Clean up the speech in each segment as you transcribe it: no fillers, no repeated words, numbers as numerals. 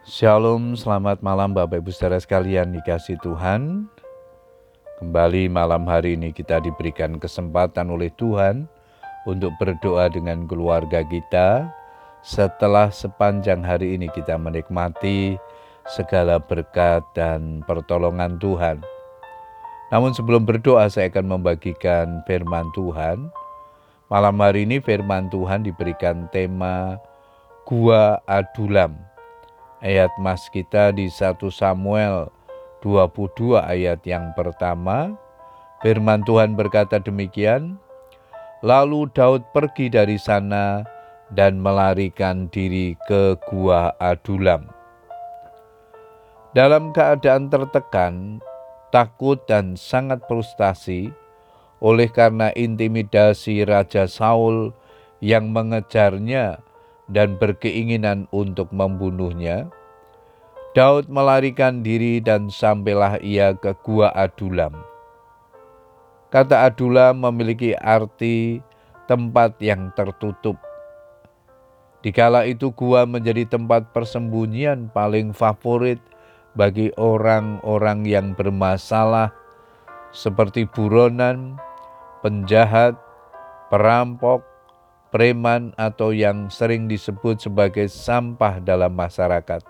Shalom, selamat malam Bapak Ibu Saudara sekalian dikasihi Tuhan. Kembali malam hari ini kita diberikan kesempatan oleh Tuhan untuk berdoa dengan keluarga kita. Setelah sepanjang hari ini kita menikmati segala berkat dan pertolongan Tuhan. Namun sebelum berdoa saya akan membagikan firman Tuhan. Malam hari ini firman Tuhan diberikan tema Gua Adulam. Ayat mas kita di 1 Samuel 22 ayat yang pertama, firman Tuhan berkata demikian, lalu Daud pergi dari sana dan melarikan diri ke Gua Adulam. Dalam keadaan tertekan, takut dan sangat frustasi oleh karena intimidasi Raja Saul yang mengejarnya dan berkeinginan untuk membunuhnya, Daud melarikan diri dan sampailah ia ke Gua Adulam. Kata Adulam memiliki arti tempat yang tertutup. Dikala itu gua menjadi tempat persembunyian paling favorit bagi orang-orang yang bermasalah seperti buronan, penjahat, perampok, preman atau yang sering disebut sebagai sampah dalam masyarakat.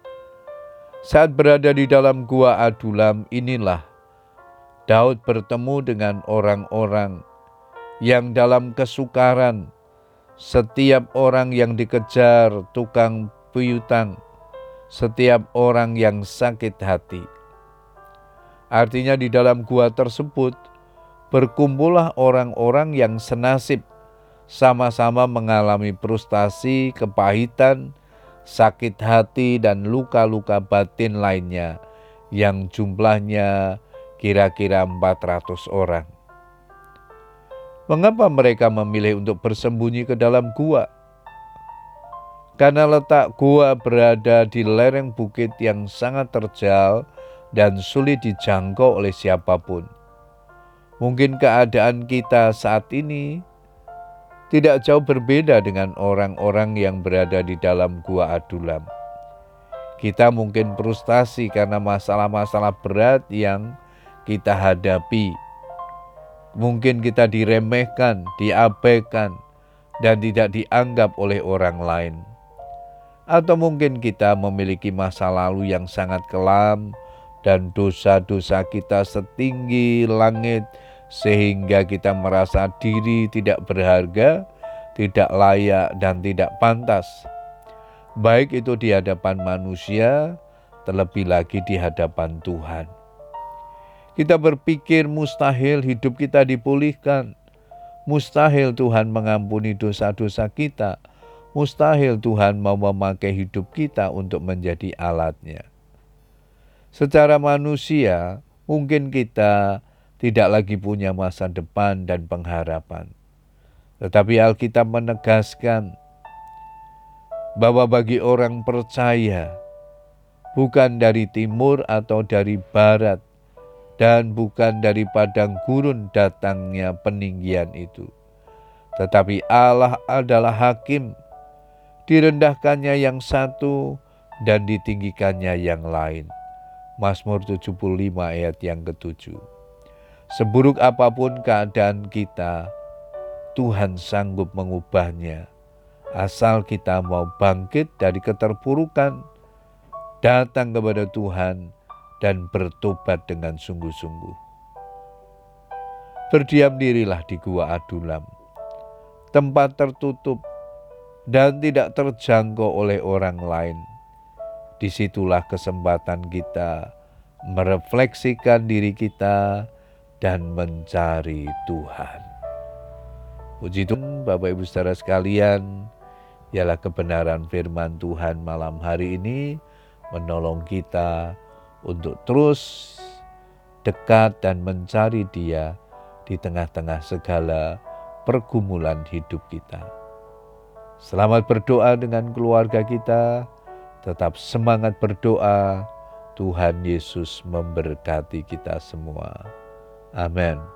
Saat berada di dalam Gua Adulam inilah Daud bertemu dengan orang-orang yang dalam kesukaran, setiap orang yang dikejar tukang piutang, setiap orang yang sakit hati. Artinya di dalam gua tersebut berkumpullah orang-orang yang senasib, sama-sama mengalami frustasi, kepahitan, sakit hati, dan luka-luka batin lainnya yang jumlahnya kira-kira 400 orang. Mengapa mereka memilih untuk bersembunyi ke dalam gua? Karena letak gua berada di lereng bukit yang sangat terjal dan sulit dijangkau oleh siapapun. Mungkin keadaan kita saat ini tidak jauh berbeda dengan orang-orang yang berada di dalam Gua Adulam. Kita mungkin frustasi karena masalah-masalah berat yang kita hadapi. Mungkin kita diremehkan, diabaikan, dan tidak dianggap oleh orang lain. Atau mungkin kita memiliki masa lalu yang sangat kelam dan dosa-dosa kita setinggi langit, sehingga kita merasa diri tidak berharga, tidak layak, dan tidak pantas. Baik itu di hadapan manusia, terlebih lagi di hadapan Tuhan. Kita berpikir mustahil hidup kita dipulihkan. Mustahil Tuhan mengampuni dosa-dosa kita. Mustahil Tuhan mau memakai hidup kita untuk menjadi alatnya. Secara manusia, mungkin kita tidak lagi punya masa depan dan pengharapan. Tetapi Alkitab menegaskan bahwa bagi orang percaya, bukan dari timur atau dari barat, dan bukan dari padang gurun datangnya peninggian itu. Tetapi Allah adalah hakim, direndahkannya yang satu dan ditinggikannya yang lain. Mazmur 75 ayat yang ke-7. Seburuk apapun keadaan kita, Tuhan sanggup mengubahnya. Asal kita mau bangkit dari keterpurukan, datang kepada Tuhan, dan bertobat dengan sungguh-sungguh. Berdiam dirilah di Gua Adulam, tempat tertutup dan tidak terjangkau oleh orang lain. Disitulah kesempatan kita merefleksikan diri kita dan mencari Tuhan. Puji Tuhan, Bapak Ibu Saudara sekalian, ialah kebenaran firman Tuhan malam hari ini menolong kita untuk terus dekat dan mencari Dia di tengah-tengah segala pergumulan hidup kita. Selamat berdoa dengan keluarga kita, tetap semangat berdoa. Tuhan Yesus memberkati kita semua. Amin.